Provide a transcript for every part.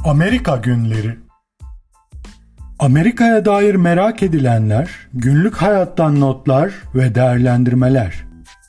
Amerika Günleri. Amerika'ya dair merak edilenler, günlük hayattan notlar ve değerlendirmeler.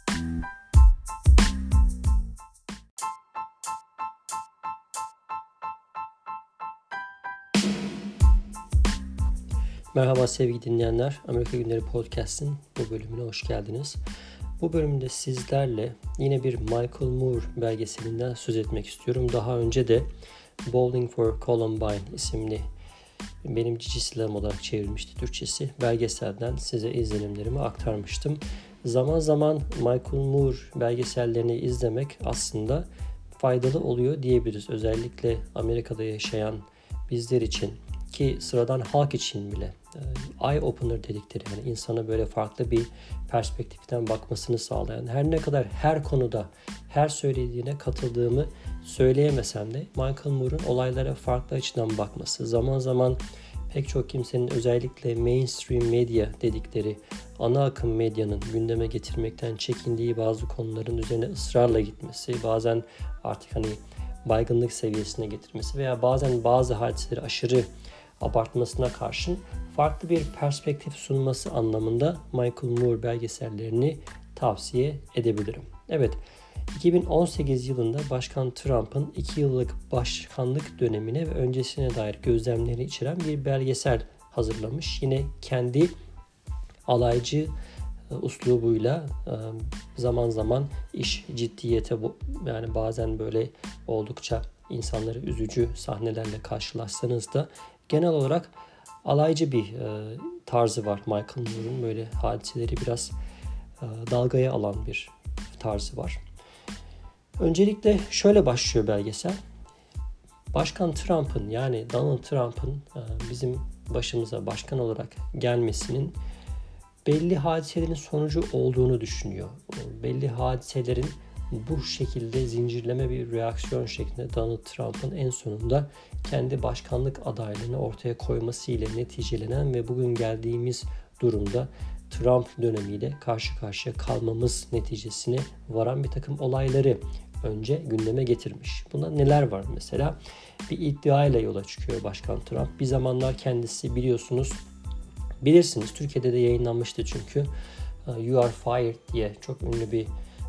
Merhaba sevgili dinleyenler, Amerika Günleri Podcast'in bu bölümüne hoş geldiniz. Bu bölümde sizlerle yine bir Michael Moore belgeselinden söz etmek istiyorum. Daha önce de Bowling for Columbine isimli benim cici silahım olarak çevrilmişti Türkçesi. Belgeselden size izlenimlerimi aktarmıştım. Zaman zaman Michael Moore belgesellerini izlemek aslında faydalı oluyor diyebiliriz. Özellikle Amerika'da yaşayan bizler için ki sıradan halk için bile eye opener dedikleri, yani insana böyle farklı bir perspektiften bakmasını sağlayan, her ne kadar her konuda her söylediğine katıldığımı söyleyemesem de Michael Moore'un olaylara farklı açıdan bakması, zaman zaman pek çok kimsenin özellikle mainstream medya dedikleri ana akım medyanın gündeme getirmekten çekindiği bazı konuların üzerine ısrarla gitmesi, bazen artık baygınlık seviyesine getirmesi veya bazen bazı hadiseleri aşırı abartmasına karşın farklı bir perspektif sunması anlamında Michael Moore belgesellerini tavsiye edebilirim. Evet, 2018 yılında Başkan Trump'ın 2 yıllık başkanlık dönemine ve öncesine dair gözlemleri içeren bir belgesel hazırlamış. Yine kendi alaycı uslubuyla zaman zaman iş ciddiyete, yani bazen böyle oldukça insanları üzücü sahnelerle karşılaşsanız da genel olarak alaycı bir tarzı var Michael Moore'un. Böyle hadiseleri biraz dalgaya alan bir tarzı var. Öncelikle şöyle başlıyor belgesel. Başkan Trump'ın, yani Donald Trump'ın bizim başımıza başkan olarak gelmesinin belli hadiselerin sonucu olduğunu düşünüyor. Belli hadiselerin bu şekilde zincirleme bir reaksiyon şeklinde Donald Trump'ın en sonunda kendi başkanlık adaylığını ortaya koymasıyla neticelenen ve bugün geldiğimiz durumda Trump dönemiyle karşı karşıya kalmamız neticesine varan bir takım olayları önce gündeme getirmiş. Bunda neler var mesela? Bir iddia ile yola çıkıyor Başkan Trump. Bir zamanlar kendisi bilirsiniz Türkiye'de de yayınlanmıştı çünkü You Are Fired diye çok ünlü bir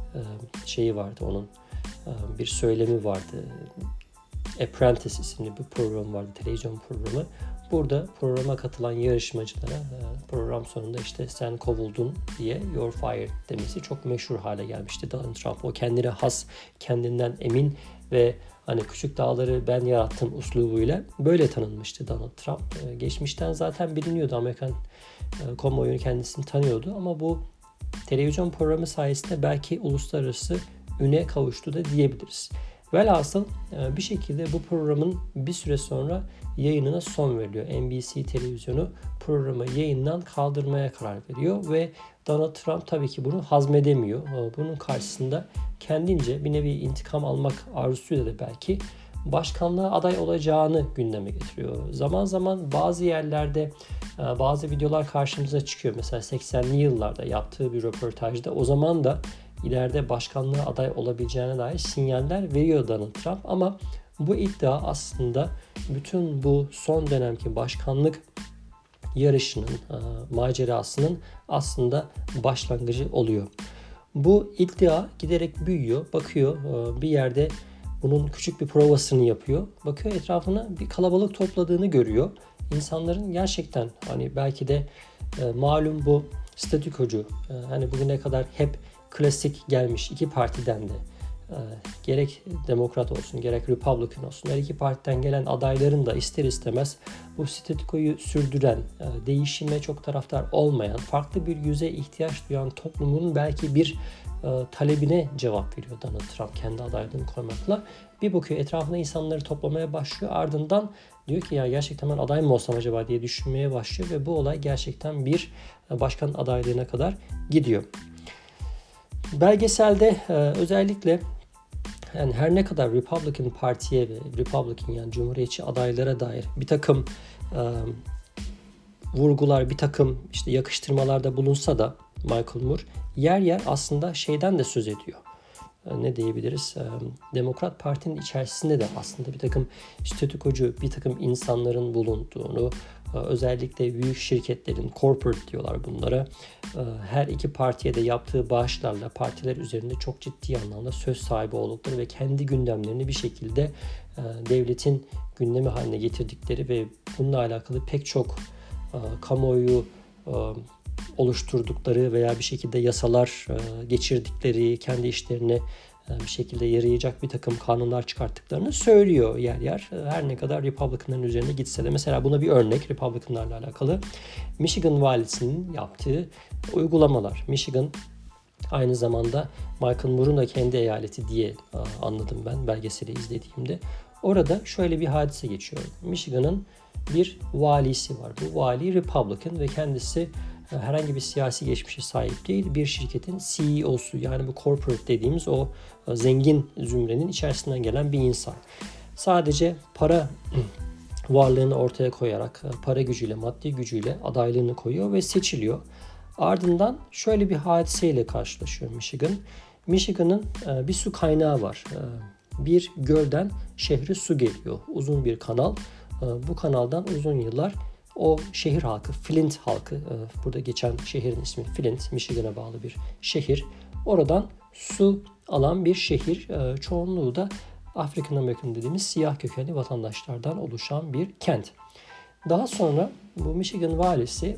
şeyi vardı onun. Bir söylemi vardı. Apprentice isimli bir program vardı, televizyon programı. Burada programa katılan yarışmacılara program sonunda işte sen kovuldun diye You're fired demesi çok meşhur hale gelmişti Donald Trump. O kendine has, kendinden emin ve küçük dağları ben yarattım uslubuyla böyle tanınmıştı Donald Trump. Geçmişten zaten biliniyordu, Amerikan kamuoyu kendisini tanıyordu ama bu televizyon programı sayesinde belki uluslararası üne kavuştu da diyebiliriz. Velhasıl bir şekilde bu programın bir süre sonra yayınına son veriliyor. NBC televizyonu programı yayından kaldırmaya karar veriyor ve Donald Trump tabii ki bunu hazmedemiyor. Bunun karşısında kendince bir nevi intikam almak arzusuyla da belki başkanlığa aday olacağını gündeme getiriyor. Zaman zaman bazı yerlerde bazı videolar karşımıza çıkıyor. Mesela 80'li yıllarda yaptığı bir röportajda o zaman da ileride başkanlığa aday olabileceğine dair sinyaller veriyor Donald Trump. Ama bu iddia aslında bütün bu son dönemki başkanlık yarışının, macerasının aslında başlangıcı oluyor. Bu iddia giderek büyüyor. Bakıyor bir yerde bunun küçük bir provasını yapıyor. Bakıyor etrafına bir kalabalık topladığını görüyor. İnsanların gerçekten belki de malum bu statükocu, bugüne kadar hep klasik gelmiş iki partiden de gerek Demokrat olsun gerek Republican olsun her iki partiden gelen adayların da ister istemez bu statükoyu sürdüren, değişime çok taraftar olmayan, farklı bir yüze ihtiyaç duyan toplumun belki bir talebine cevap veriyor Donald Trump kendi adaylığını koymakla. Bir bakıyor etrafına insanları toplamaya başlıyor, ardından diyor ki ya gerçekten ben aday mı olsam acaba diye düşünmeye başlıyor ve bu olay gerçekten bir başkan adaylığına kadar gidiyor. Belgeselde özellikle her ne kadar Republican Parti'ye ve Republican Cumhuriyetçi adaylara dair bir takım vurgular, bir takım yakıştırmalarda bulunsa da Michael Moore yer yer aslında şeyden de söz ediyor. ne diyebiliriz? Demokrat Parti'nin içerisinde de aslında bir takım statükocu, bir takım insanların bulunduğunu, özellikle büyük şirketlerin, corporate diyorlar bunlara, her iki partiye de yaptığı bağışlarla partiler üzerinde çok ciddi anlamda söz sahibi oldukları ve kendi gündemlerini bir şekilde devletin gündemi haline getirdikleri ve bununla alakalı pek çok kamuoyu oluşturdukları veya bir şekilde yasalar geçirdikleri, kendi işlerine bir şekilde yarayacak bir takım kanunlar çıkarttıklarını söylüyor yer yer. Her ne kadar Republican'ların üzerine gitse de. Mesela buna bir örnek Republican'larla alakalı. Michigan valisinin yaptığı uygulamalar. Michigan aynı zamanda Michael Moore'un da kendi eyaleti diye anladım ben belgeseli izlediğimde. Orada şöyle bir hadise geçiyor. Michigan'ın bir valisi var. Bu vali Republican ve kendisi herhangi bir siyasi geçmişe sahip değil. Bir şirketin CEO'su, yani bu corporate dediğimiz o zengin zümrenin içerisinden gelen bir insan. Sadece para varlığını ortaya koyarak, para gücüyle, maddi gücüyle adaylığını koyuyor ve seçiliyor. Ardından şöyle bir hadiseyle karşılaşıyor Michigan. Michigan'ın bir su kaynağı var. Bir gölden şehre su geliyor. Uzun bir kanal. Bu kanaldan uzun yıllar o şehir halkı, Flint halkı, burada geçen şehrin ismi Flint, Michigan'a bağlı bir şehir. Oradan su alan bir şehir. Çoğunluğu da African American dediğimiz siyah kökenli vatandaşlardan oluşan bir kent. Daha sonra bu Michigan valisi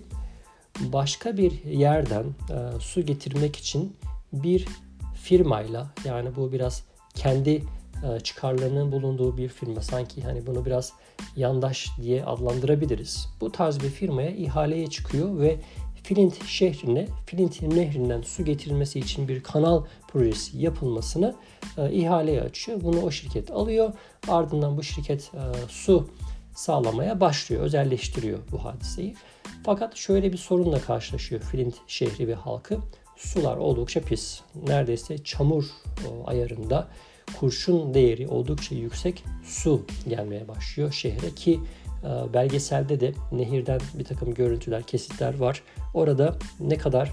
başka bir yerden su getirmek için bir firmayla, yani bu biraz kendi çıkarlarının bulunduğu bir firma, sanki hani bunu biraz yandaş diye adlandırabiliriz. Bu tarz bir firmaya ihaleye çıkıyor ve Flint şehrine, Flint nehrinden su getirilmesi için bir kanal projesi yapılmasını ihaleye açıyor. Bunu o şirket alıyor. Ardından bu şirket su sağlamaya başlıyor, özelleştiriyor bu hadiseyi. Fakat şöyle bir sorunla karşılaşıyor Flint şehri ve halkı. Sular oldukça pis. Neredeyse çamur ayarında, kurşun değeri oldukça yüksek su gelmeye başlıyor şehre ki belgeselde de nehirden bir takım görüntüler, kesitler var. Orada ne kadar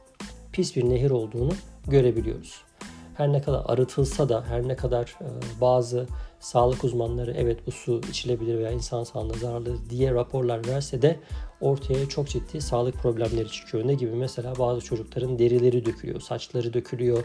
pis bir nehir olduğunu görebiliyoruz. Her ne kadar arıtılsa da, her ne kadar bazı sağlık uzmanları evet bu su içilebilir veya insan sağlığına zararlı diye raporlar verse de ortaya çok ciddi sağlık problemleri çıkıyor. Ne gibi? Mesela bazı çocukların derileri dökülüyor, saçları dökülüyor,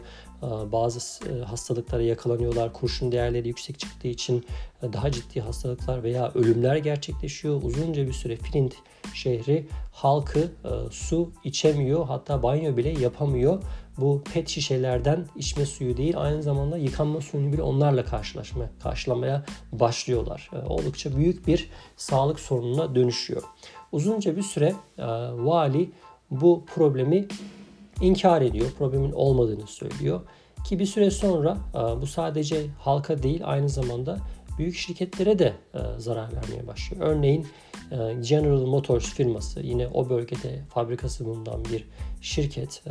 bazı hastalıklara yakalanıyorlar. Kurşun değerleri yüksek çıktığı için daha ciddi hastalıklar veya ölümler gerçekleşiyor. Uzunca bir süre Flint şehri halkı su içemiyor, hatta banyo bile yapamıyor. Bu pet şişelerden içme suyu değil, aynı zamanda yıkanma suyunu bile onlarla karşılamaya başlıyorlar. Oldukça büyük bir sağlık sorununa dönüşüyor. Uzunca bir süre vali bu problemi inkar ediyor, problemin olmadığını söylüyor. Ki bir süre sonra bu sadece halka değil, aynı zamanda büyük şirketlere de zarar vermeye başlıyor. Örneğin General Motors firması, yine o bölgede fabrikası bulunan bir şirket,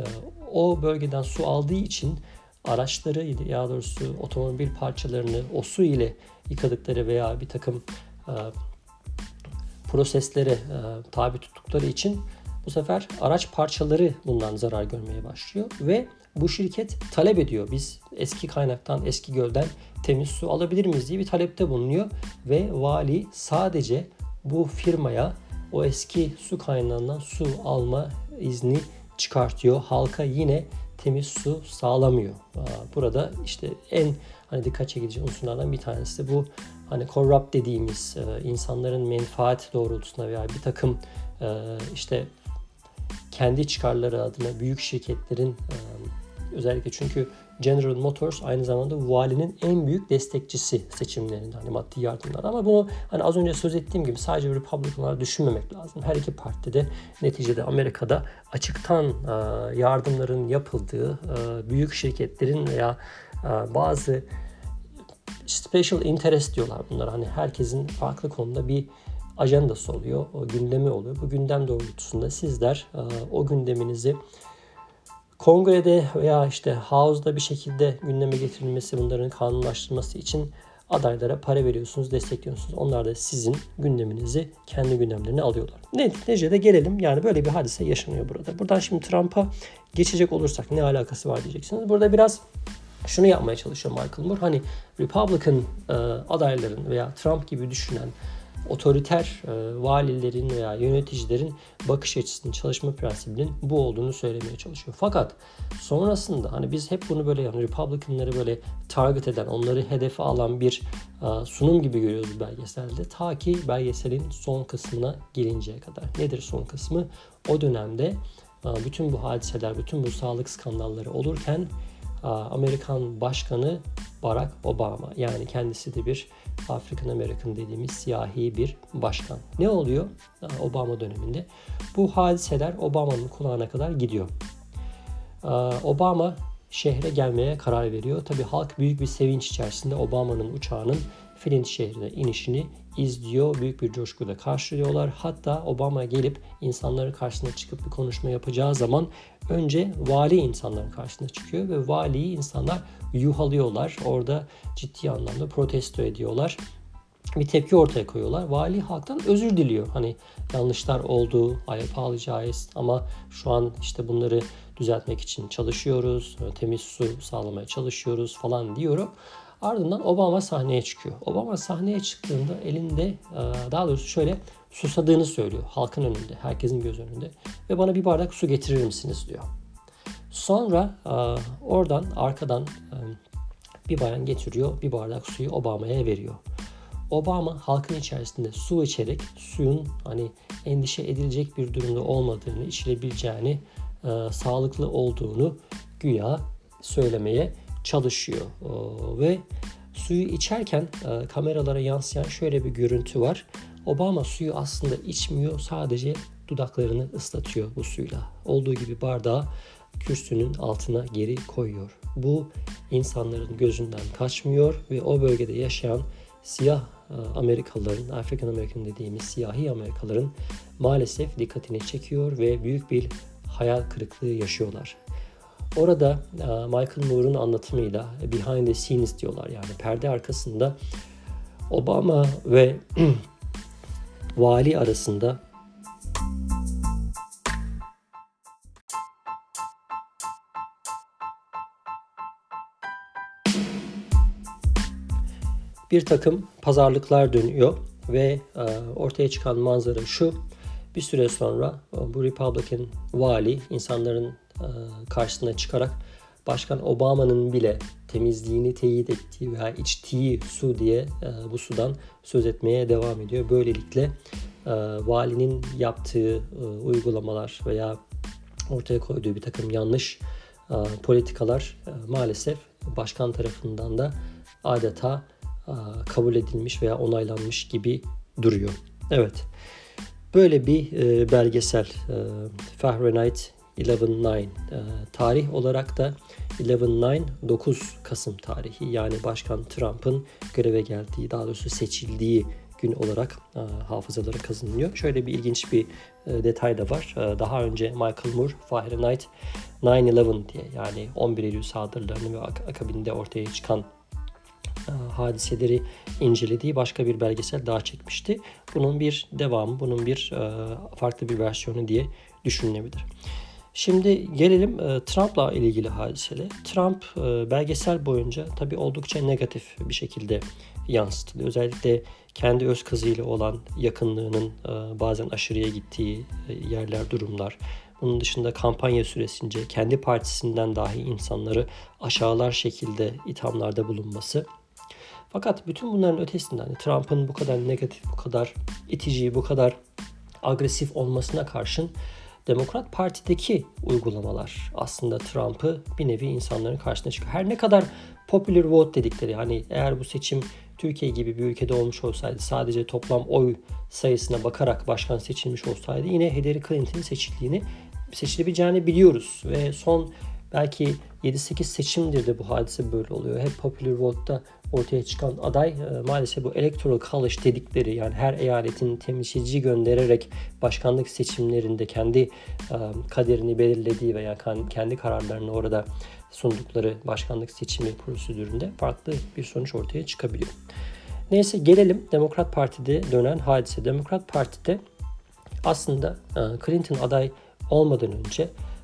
o bölgeden su aldığı için araçları, daha doğrusu otomobil parçalarını o su ile yıkadıkları veya bir takım proseslere tabi tuttukları için bu sefer araç parçaları bundan zarar görmeye başlıyor ve bu şirket talep ediyor. Biz eski kaynaktan, eski gölden temiz su alabilir miyiz diye bir talepte bulunuyor ve vali sadece bu firmaya o eski su kaynağından su alma izni çıkartıyor. Halka yine temiz su sağlamıyor. Burada işte en dikkat çekici unsurlardan bir tanesi de bu corrupt dediğimiz insanların menfaat doğrultusunda veya bir takım işte kendi çıkarları adına büyük şirketlerin özellikle, çünkü General Motors aynı zamanda valinin en büyük destekçisi seçimlerinde, maddi yardımlar. Ama bunu az önce söz ettiğim gibi sadece Republicanlar düşünmemek lazım. Her iki partide neticede Amerika'da açıktan yardımların yapıldığı büyük şirketlerin veya bazı special interest diyorlar bunlar. Herkesin farklı konuda bir ajandası oluyor, o gündemi oluyor. Bu gündem doğrultusunda sizler o gündeminizi Kongrede veya işte House'da bir şekilde gündeme getirilmesi, bunların kanunlaştırılması için adaylara para veriyorsunuz, destekliyorsunuz. Onlar da sizin gündeminizi kendi gündemlerine alıyorlar. Neticede gelelim, yani böyle bir hadise yaşanıyor burada. Buradan şimdi Trump'a geçecek olursak ne alakası var diyeceksiniz. Burada biraz şunu yapmaya çalışıyor Michael Moore. Hani Republican adayların veya Trump gibi düşünen otoriter valilerin veya yöneticilerin bakış açısının, çalışma prensibinin bu olduğunu söylemeye çalışıyor. Fakat sonrasında hani biz hep bunu böyle yani Republican'ları böyle target eden, onları hedefe alan bir sunum gibi görüyoruz belgeselde. Ta ki belgeselin son kısmına gelinceye kadar. Nedir son kısmı? O dönemde bütün bu hadiseler, bütün bu sağlık skandalları olurken Amerikan Başkanı Barack Obama, yani kendisi de bir African American dediğimiz siyahi bir başkan. Ne oluyor Obama döneminde? Bu hadiseler Obama'nın kulağına kadar gidiyor. Obama şehre gelmeye karar veriyor. Tabii halk büyük bir sevinç içerisinde Obama'nın uçağının Flint şehrine inişini izliyor. Büyük bir coşkuyla karşılıyorlar. Hatta Obama gelip insanların karşısına çıkıp bir konuşma yapacağı zaman önce vali insanların karşısına çıkıyor ve valiyi insanlar yuhalıyorlar. Orada ciddi anlamda protesto ediyorlar. Bir tepki ortaya koyuyorlar. Vali halktan özür diliyor. Hani yanlışlar oldu, apologize ama şu an işte bunları düzeltmek için çalışıyoruz. Temiz su sağlamaya çalışıyoruz falan diyor. Ardından Obama sahneye çıkıyor. Obama sahneye çıktığında elinde daha doğrusu şöyle susadığını söylüyor. Halkın önünde, herkesin göz önünde. Ve bana bir bardak su getirir misiniz diyor. Sonra oradan arkadan bir bayan getiriyor. Bir bardak suyu Obama'ya veriyor. Obama halkın içerisinde su içerek suyun hani endişe edilecek bir durumda olmadığını, içilebileceğini, sağlıklı olduğunu güya söylemeye çalışıyor. Ve suyu içerken kameralara yansıyan şöyle bir görüntü var. Obama suyu aslında içmiyor, sadece dudaklarını ıslatıyor bu suyla. Olduğu gibi bardağı kürsünün altına geri koyuyor. Bu insanların gözünden kaçmıyor ve o bölgede yaşayan siyah Amerikalıların, African American dediğimiz siyahi Amerikalıların maalesef dikkatini çekiyor ve büyük bir hayal kırıklığı yaşıyorlar. Orada Michael Moore'un anlatımıyla behind the scenes diyorlar, yani perde arkasında Obama ve vali arasında bir takım pazarlıklar dönüyor ve ortaya çıkan manzara şu: bir süre sonra bu Republican vali insanların karşısına çıkarak Başkan Obama'nın bile temizliğini teyit ettiği veya içtiği su diye bu sudan söz etmeye devam ediyor. Böylelikle valinin yaptığı uygulamalar veya ortaya koyduğu bir takım yanlış politikalar maalesef başkan tarafından da adeta kabul edilmiş veya onaylanmış gibi duruyor. Evet, böyle bir belgesel Fahrenheit 11/9. Tarih olarak da 11/9 9 Kasım tarihi, yani Başkan Trump'ın göreve geldiği, daha doğrusu seçildiği gün olarak hafızalara kazınılıyor. Şöyle bir ilginç bir detay da var. Daha önce Michael Moore Fahrenheit 9/11 diye, yani 11 Eylül saldırılarını ve akabinde ortaya çıkan hadiseleri incelediği başka bir belgesel daha çekmişti. Bunun bir devamı, bunun bir farklı bir versiyonu diye düşünülebilir. Şimdi gelelim Trump'la ilgili hadisele. Trump belgesel boyunca tabii oldukça negatif bir şekilde yansıtılıyor. Özellikle kendi öz kızıyla olan yakınlığının bazen aşırıya gittiği yerler, durumlar. Bunun dışında kampanya süresince kendi partisinden dahi insanları aşağılar şekilde ithamlarda bulunması. Fakat bütün bunların ötesinde hani Trump'ın bu kadar negatif, bu kadar itici, bu kadar agresif olmasına karşın Demokrat Parti'deki uygulamalar aslında Trump'ı bir nevi insanların karşısına çıkıyor. Her ne kadar popular vote dedikleri, hani eğer bu seçim Türkiye gibi bir ülkede olmuş olsaydı, sadece toplam oy sayısına bakarak başkan seçilmiş olsaydı, yine Hillary Clinton'ın seçilebileceğini biliyoruz. Ve son belki 7-8 seçimdir de bu hadise böyle oluyor. Hep popular vote'da ortaya çıkan aday maalesef bu electoral college dedikleri, yani her eyaletin temsilci göndererek başkanlık seçimlerinde kendi kaderini belirlediği veya kendi kararlarını orada sundukları başkanlık seçimi prosedüründe farklı bir sonuç ortaya çıkabiliyor. Neyse, gelelim Demokrat Parti'de dönen hadise. Demokrat Parti'de aslında Clinton aday olmadan önce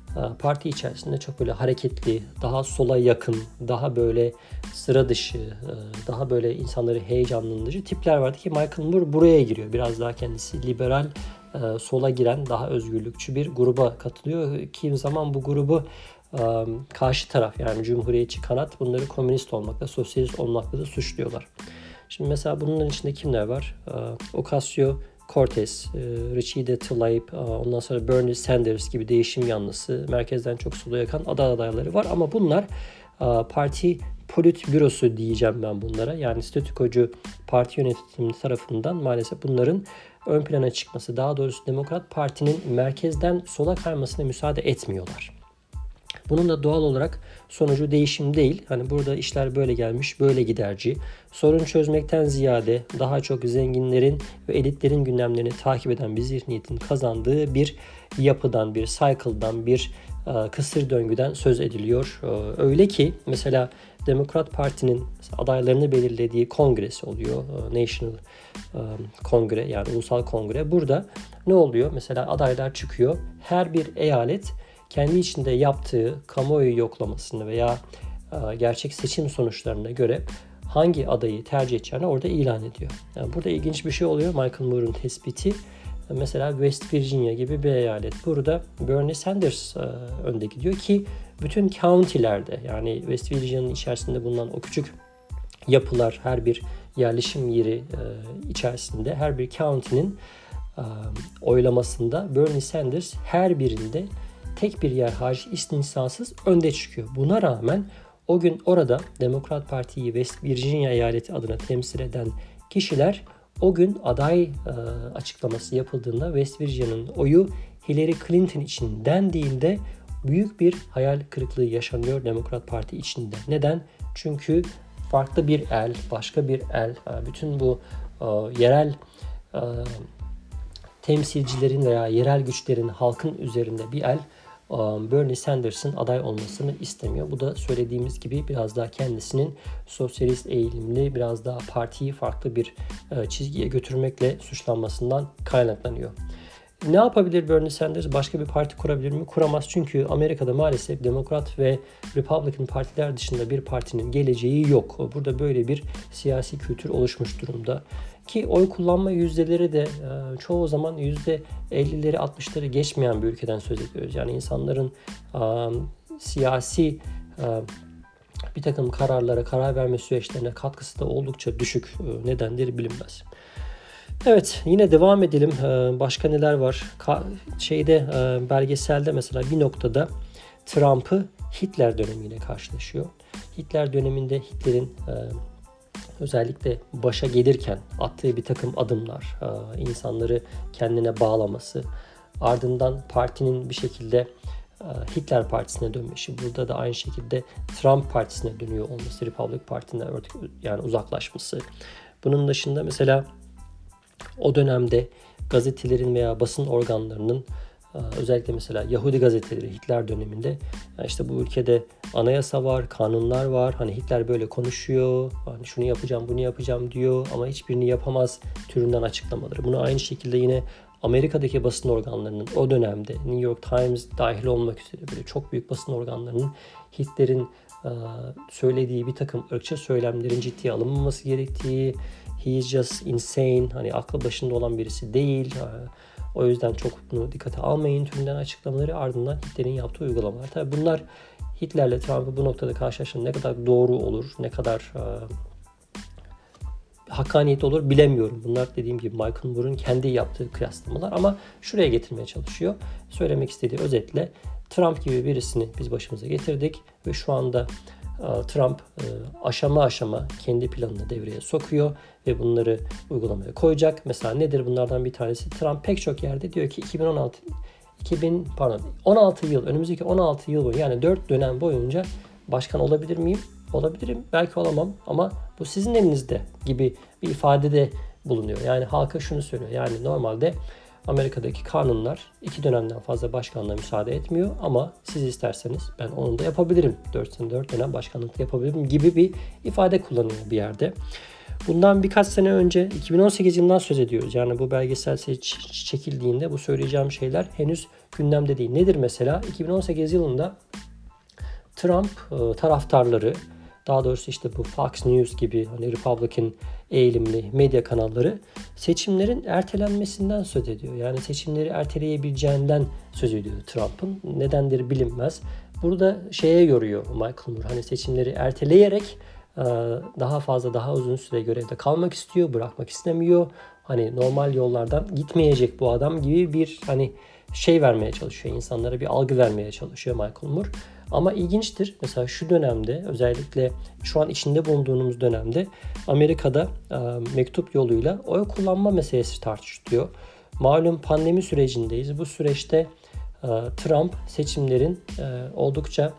parti içerisinde çok böyle hareketli, daha sola yakın, daha böyle sıra dışı, daha böyle insanları heyecanlandırıcı tipler vardı ki Michael Moore buraya giriyor. Biraz daha kendisi liberal, sola giren, daha özgürlükçü bir gruba katılıyor. Kimi zaman bu grubu karşı taraf, yani cumhuriyetçi kanat, bunları komünist olmakla, sosyalist olmakla da suçluyorlar. Şimdi mesela bunların içinde kimler var? Ocasio-Cortez, Rashida Tlaib, ondan sonra Bernie Sanders gibi değişim yanlısı, merkezden çok sola yakan adayları var. Ama bunlar parti politbürosu diyeceğim ben bunlara. Yani statükocu parti yönetimi tarafından maalesef bunların ön plana çıkması, daha doğrusu Demokrat Parti'nin merkezden sola kaymasına müsaade etmiyorlar. Bunun da doğal olarak sonucu değişim değil. Hani burada işler böyle gelmiş, böyle giderci. Sorun çözmekten ziyade daha çok zenginlerin ve elitlerin gündemlerini takip eden bir zihniyetin kazandığı bir yapıdan, bir cycle'dan, bir kısır döngüden söz ediliyor. Öyle ki mesela Demokrat Parti'nin adaylarını belirlediği kongresi oluyor. National Kongre, yani ulusal kongre. Burada ne oluyor? Mesela adaylar çıkıyor. Her bir eyalet kendi içinde yaptığı kamuoyu yoklamasını veya gerçek seçim sonuçlarına göre hangi adayı tercih edeceğini orada ilan ediyor. Yani burada ilginç bir şey oluyor. Michael Moore'un tespiti. Mesela West Virginia gibi bir eyalet. Burada Bernie Sanders önde gidiyor ki bütün county'lerde, yani West Virginia'nın içerisinde bulunan o küçük yapılar, her bir yerleşim yeri içerisinde her bir county'nin oylamasında Bernie Sanders her birinde tek bir yer hariç istisnasız önde çıkıyor. Buna rağmen o gün orada Demokrat Parti'yi West Virginia eyaleti adına temsil eden kişiler o gün aday açıklaması yapıldığında West Virginia'nın oyu Hillary Clinton için dendiğinde büyük bir hayal kırıklığı yaşanıyor Demokrat Parti içinde. Neden? Çünkü farklı bir el, başka bir el, bütün bu yerel temsilcilerin veya yerel güçlerin halkın üzerinde bir el Bernie Sanders'ın aday olmasını istemiyor. Bu da söylediğimiz gibi biraz daha kendisinin sosyalist eğilimli, biraz daha partiyi farklı bir çizgiye götürmekle suçlanmasından kaynaklanıyor. Ne yapabilir Bernie Sanders? Başka bir parti kurabilir mi? Kuramaz, çünkü Amerika'da maalesef Demokrat ve Republican partiler dışında bir partinin geleceği yok. Burada böyle bir siyasi kültür oluşmuş durumda. Ki oy kullanma yüzdeleri de çoğu zaman %50'leri 60'ları geçmeyen bir ülkeden söz ediyoruz. Yani insanların siyasi bir takım kararlara, karar verme süreçlerine katkısı da oldukça düşük. Nedenleri bilinmez. Evet, yine devam edelim. Başka neler var? Belgeselde mesela bir noktada Trump'ı Hitler dönemiyle karşılaşıyor. Hitler döneminde Hitler'in özellikle başa gelirken attığı bir takım adımlar, insanları kendine bağlaması, ardından partinin bir şekilde Hitler Partisi'ne dönmesi, burada da aynı şekilde Trump Partisi'ne dönüyor olması, Republic Parti'nden yani uzaklaşması. Bunun dışında mesela o dönemde gazetelerin veya basın organlarının özellikle mesela Yahudi gazeteleri Hitler döneminde işte bu ülkede anayasa var, kanunlar var. Hani Hitler böyle konuşuyor. Hani şunu yapacağım, bunu yapacağım diyor ama hiçbirini yapamaz türünden açıklamaları. Bunu aynı şekilde yine Amerika'daki basın organlarının o dönemde New York Times dahil olmak üzere böyle çok büyük basın organlarının Hitler'in söylediği bir takım ırkçı söylemlerin ciddiye alınmaması gerektiği, he is just insane, hani aklı başında olan birisi değil, o yüzden çok bunu dikkate almayın türünden açıklamaları, ardından Hitler'in yaptığı uygulamalar. Tabii bunlar Hitler'le Trump'ı bu noktada karşılaştığında ne kadar doğru olur, ne kadar hakkaniyet olur bilemiyorum. Bunlar dediğim gibi Michael Moore'un kendi yaptığı kıyaslamalar ama şuraya getirmeye çalışıyor. Söylemek istediği özetle Trump gibi birisini biz başımıza getirdik ve şu anda Trump aşama aşama kendi planını devreye sokuyor ve bunları uygulamaya koyacak. Mesela nedir bunlardan bir tanesi? Trump pek çok yerde diyor ki 16 yıl, önümüzdeki 16 yıl boyunca, yani 4 dönem boyunca başkan olabilir miyim? Olabilirim. Belki olamam ama bu sizin elinizde gibi bir ifadede bulunuyor. Yani halka şunu söylüyor. Yani normalde Amerika'daki kanunlar 2 dönemden fazla başkanlığa müsaade etmiyor ama siz isterseniz ben onu da yapabilirim. 4 dönem başkanlık yapabilirim gibi bir ifade kullanıyor bir yerde. Bundan birkaç sene önce 2018 yılından söz ediyoruz. Yani bu belgesel çekildiğinde bu söyleyeceğim şeyler henüz gündemde değil. Nedir mesela? 2018 yılında Trump taraftarları, daha doğrusu işte bu Fox News gibi hani Republican eğilimli medya kanalları seçimlerin ertelenmesinden söz ediyor. Yani seçimleri erteleyebileceğinden söz ediyor Trump'ın. Nedendir bilinmez. Burada şeye yoruyor Michael Moore. Hani seçimleri erteleyerek daha fazla, daha uzun süre görevde kalmak istiyor, bırakmak istemiyor. Hani normal yollardan gitmeyecek bu adam gibi bir hani şey vermeye çalışıyor. İnsanlara bir algı vermeye çalışıyor Michael Moore. Ama ilginçtir. Mesela şu dönemde, özellikle şu an içinde bulunduğumuz dönemde Amerika'da mektup yoluyla oy kullanma meselesi tartışılıyor. Malum pandemi sürecindeyiz. Bu süreçte Trump seçimlerin oldukça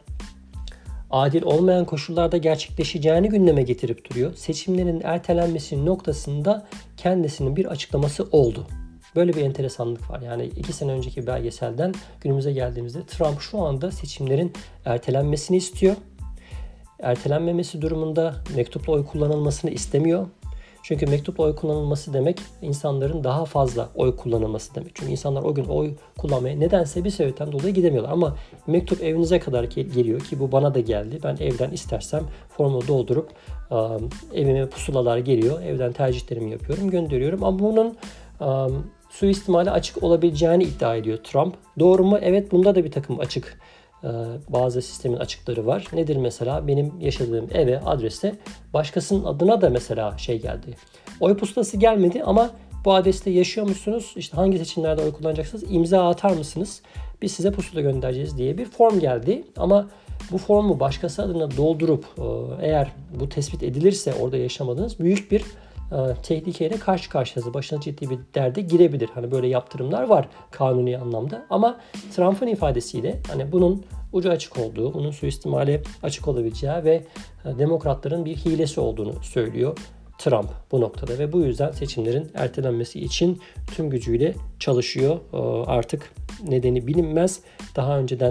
adil olmayan koşullarda gerçekleşeceğini gündeme getirip duruyor. Seçimlerin ertelenmesi noktasında kendisinin bir açıklaması oldu. Böyle bir enteresanlık var. Yani 2 sene önceki belgeselden günümüze geldiğimizde Trump şu anda seçimlerin ertelenmesini istiyor. Ertelenmemesi durumunda mektupla oy kullanılmasını istemiyor. Çünkü mektupla oy kullanılması demek insanların daha fazla oy kullanılması demek. Çünkü insanlar o gün oy kullanmaya nedense bir sebepten dolayı gidemiyorlar. Ama mektup evinize kadar geliyor ki bu bana da geldi. Ben evden istersem formu doldurup evime pusulalar geliyor. Evden tercihlerimi yapıyorum, gönderiyorum. Ama bunun suistimale açık olabileceğini iddia ediyor Trump. Doğru mu? Evet, bunda da bir takım açık bazı sistemin açıkları var. Nedir mesela? Benim yaşadığım eve, adrese başkasının adına da mesela şey geldi. Oy pusulası gelmedi ama bu adreste yaşıyor musunuz? İşte hangi seçimlerde oy kullanacaksınız? İmza atar mısınız? Biz size pusula göndereceğiz diye bir form geldi. Ama bu formu başkası adına doldurup eğer bu tespit edilirse orada yaşamadığınız büyük bir tehlikeyle karşı karşıyasınız. Başına ciddi bir derde girebilir. Hani böyle yaptırımlar var kanuni anlamda. Ama Trump'ın ifadesiyle hani bunun ucu açık olduğu, bunun suistimale açık olabileceği ve demokratların bir hilesi olduğunu söylüyor Trump bu noktada ve bu yüzden seçimlerin ertelenmesi için tüm gücüyle çalışıyor. Artık nedeni bilinmez. Daha önceden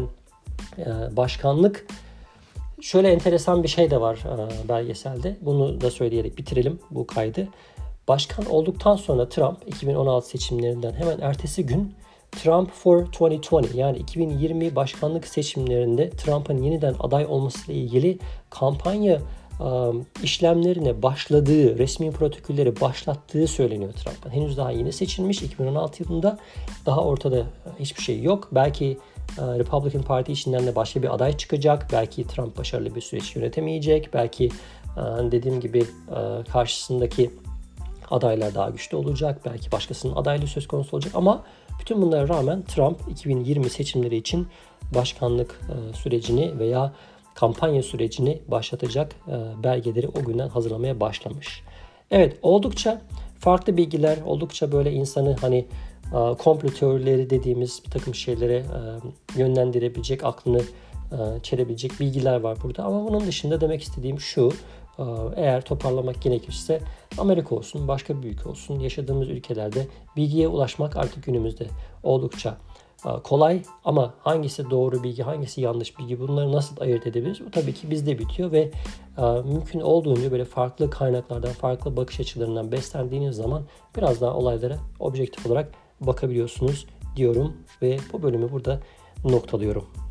başkanlık, şöyle enteresan bir şey de var belgeselde. Bunu da söyleyerek bitirelim bu kaydı. Başkan olduktan sonra Trump 2016 seçimlerinden hemen ertesi gün Trump for 2020 yani 2020 başkanlık seçimlerinde Trump'ın yeniden aday olmasıyla ilgili kampanya işlemlerine başladığı, resmi protokolleri başlattığı söyleniyor Trump'ın. Henüz daha yeni seçilmiş 2016 yılında. Daha ortada hiçbir şey yok. Belki Republican Parti içinden de başka bir aday çıkacak. Belki Trump başarılı bir süreç yönetemeyecek. Belki dediğim gibi karşısındaki adaylar daha güçlü olacak. Belki başkasının adaylığı söz konusu olacak. Ama bütün bunlara rağmen Trump 2020 seçimleri için başkanlık sürecini veya kampanya sürecini başlatacak belgeleri o günden hazırlamaya başlamış. Evet, oldukça farklı bilgiler, oldukça böyle insanı hani komplo teorileri dediğimiz bir takım şeylere yönlendirebilecek, aklını çelebilecek bilgiler var burada. Ama bunun dışında demek istediğim şu, eğer toparlamak gerekirse Amerika olsun, başka bir ülke olsun, yaşadığımız ülkelerde bilgiye ulaşmak artık günümüzde oldukça kolay, ama hangisi doğru bilgi, hangisi yanlış bilgi, bunları nasıl ayırt edebiliriz? Bu tabii ki bizde bitiyor ve mümkün olduğunca böyle farklı kaynaklardan, farklı bakış açılarından beslendiğiniz zaman biraz daha olaylara objektif olarak bakabiliyorsunuz diyorum ve bu bölümü burada noktalıyorum.